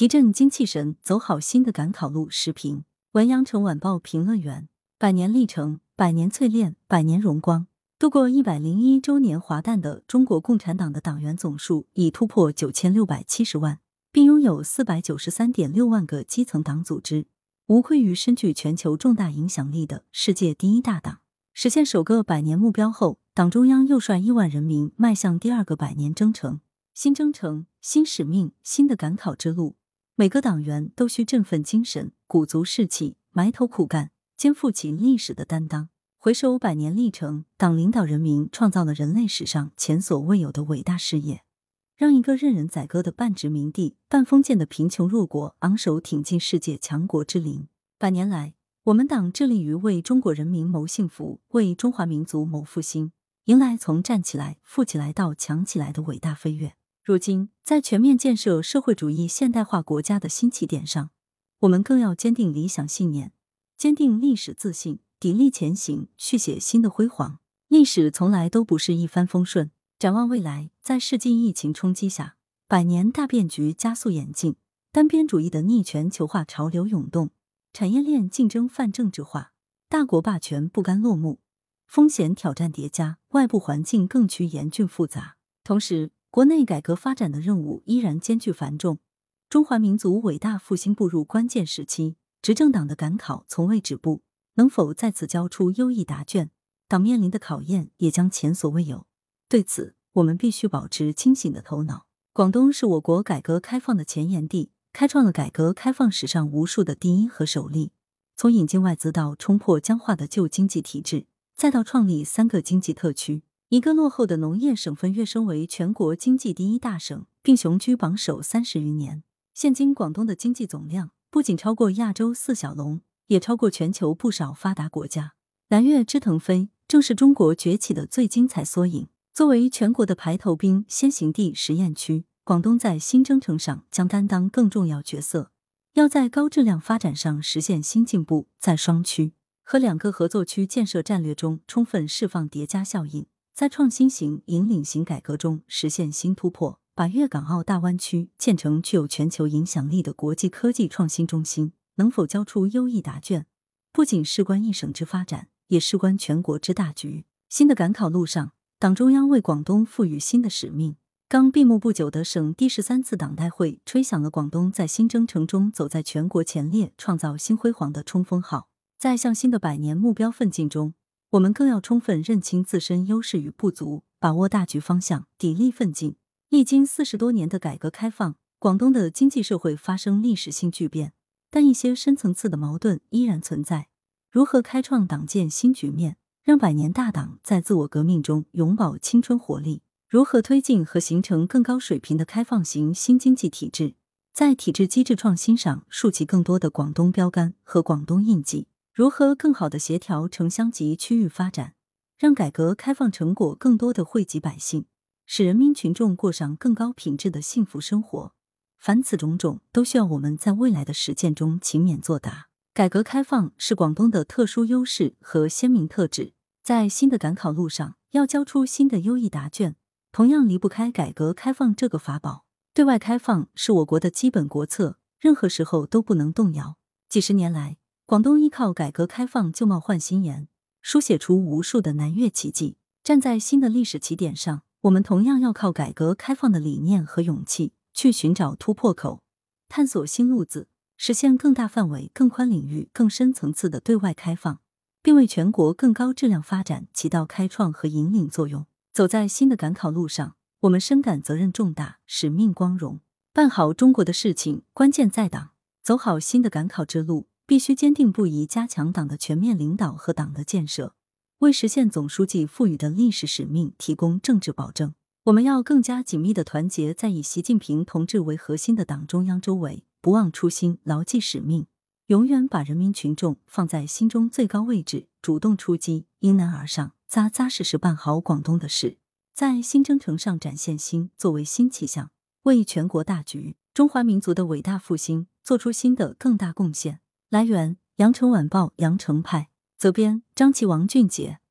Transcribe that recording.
提振精气神，走好新的赶考路。时评：文阳城晚报评论员。百年历程，百年淬炼，百年荣光。度过101周年华诞的中国共产党的党员总数已突破9670万，并拥有493.6万个基层党组织，无愧于身具全球重大影响力的世界第一大党。实现首个百年目标后，党中央又率亿万人民迈向第二个百年征程。新征程、新使命、新的赶考之路，每个党员都需振奋精神，鼓足士气，埋头苦干，肩负起历史的担当。回首百年历程，党领导人民创造了人类史上前所未有的伟大事业，让一个任人宰割的半殖民地、半封建的贫穷弱国昂首挺进世界强国之林。百年来，我们党致力于为中国人民谋幸福，为中华民族谋复兴，迎来从站起来、富起来到强起来的伟大飞跃。如今，在全面建设社会主义现代化国家的新起点上，我们更要坚定理想信念，坚定历史自信，砥砺前行，续写新的辉煌。历史从来都不是一帆风顺，展望未来，在世纪疫情冲击下，百年大变局加速演进，单边主义的逆全球化潮流涌动，产业链竞争泛政治化，大国霸权不甘落幕，风险挑战叠加，外部环境更趋严峻复杂。同时，国内改革发展的任务依然艰巨繁重，中华民族伟大复兴步入关键时期，执政党的赶考从未止步，能否在此交出优异答卷，党面临的考验也将前所未有。对此，我们必须保持清醒的头脑。广东是我国改革开放的前沿地，开创了改革开放史上无数的第一和首例，从引进外资到冲破僵化的旧经济体制，再到创立3个经济特区。一个落后的农业省份跃升为全国经济第一大省，并雄居榜首30余年。现今广东的经济总量不仅超过亚洲4小龙，也超过全球不少发达国家。蓝月之腾飞，正是中国崛起的最精彩缩影。作为全国的排头兵、先行地、实验区，广东在新征程上将担当更重要角色，要在高质量发展上实现新进步，在双区和2个合作区建设战略中充分释放叠加效应，在创新型、引领型改革中实现新突破，把粤港澳大湾区建成具有全球影响力的国际科技创新中心。能否交出优异答卷，不仅事关一省之发展，也事关全国之大局。新的赶考路上，党中央为广东赋予新的使命。刚闭幕不久的省第13次党代会吹响了广东在新征程中走在全国前列、创造新辉煌的冲锋号。在向新的百年目标奋进中，我们更要充分认清自身优势与不足，把握大局方向，砥砺奋进。历经40多年的改革开放，广东的经济社会发生历史性巨变，但一些深层次的矛盾依然存在。如何开创党建新局面，让百年大党在自我革命中永葆青春活力？如何推进和形成更高水平的开放型新经济体制，在体制机制创新上树起更多的广东标杆和广东印记？如何更好地协调城乡及区域发展，让改革开放成果更多地惠及百姓，使人民群众过上更高品质的幸福生活？凡此种种，都需要我们在未来的实践中勤勉作答。改革开放是广东的特殊优势和鲜明特质，在新的赶考路上，要交出新的优异答卷，同样离不开改革开放这个法宝。对外开放是我国的基本国策，任何时候都不能动摇。几十年来，广东依靠改革开放旧貌换新颜，书写出无数的南粤奇迹。站在新的历史起点上，我们同样要靠改革开放的理念和勇气，去寻找突破口，探索新路子，实现更大范围、更宽领域、更深层次的对外开放，并为全国更高质量发展起到开创和引领作用。走在新的赶考路上，我们深感责任重大，使命光荣。办好中国的事情，关键在党。走好新的赶考之路，必须坚定不移加强党的全面领导和党的建设，为实现总书记赋予的历史使命提供政治保证。我们要更加紧密地团结在以习近平同志为核心的党中央周围，不忘初心，牢记使命，永远把人民群众放在心中最高位置，主动出击，迎难而上，扎扎实实办好广东的事，在新征程上展现新作为新气象，为全国大局、中华民族的伟大复兴做出新的更大贡献。来源：羊城晚报羊城派，责编：张琪、王俊杰。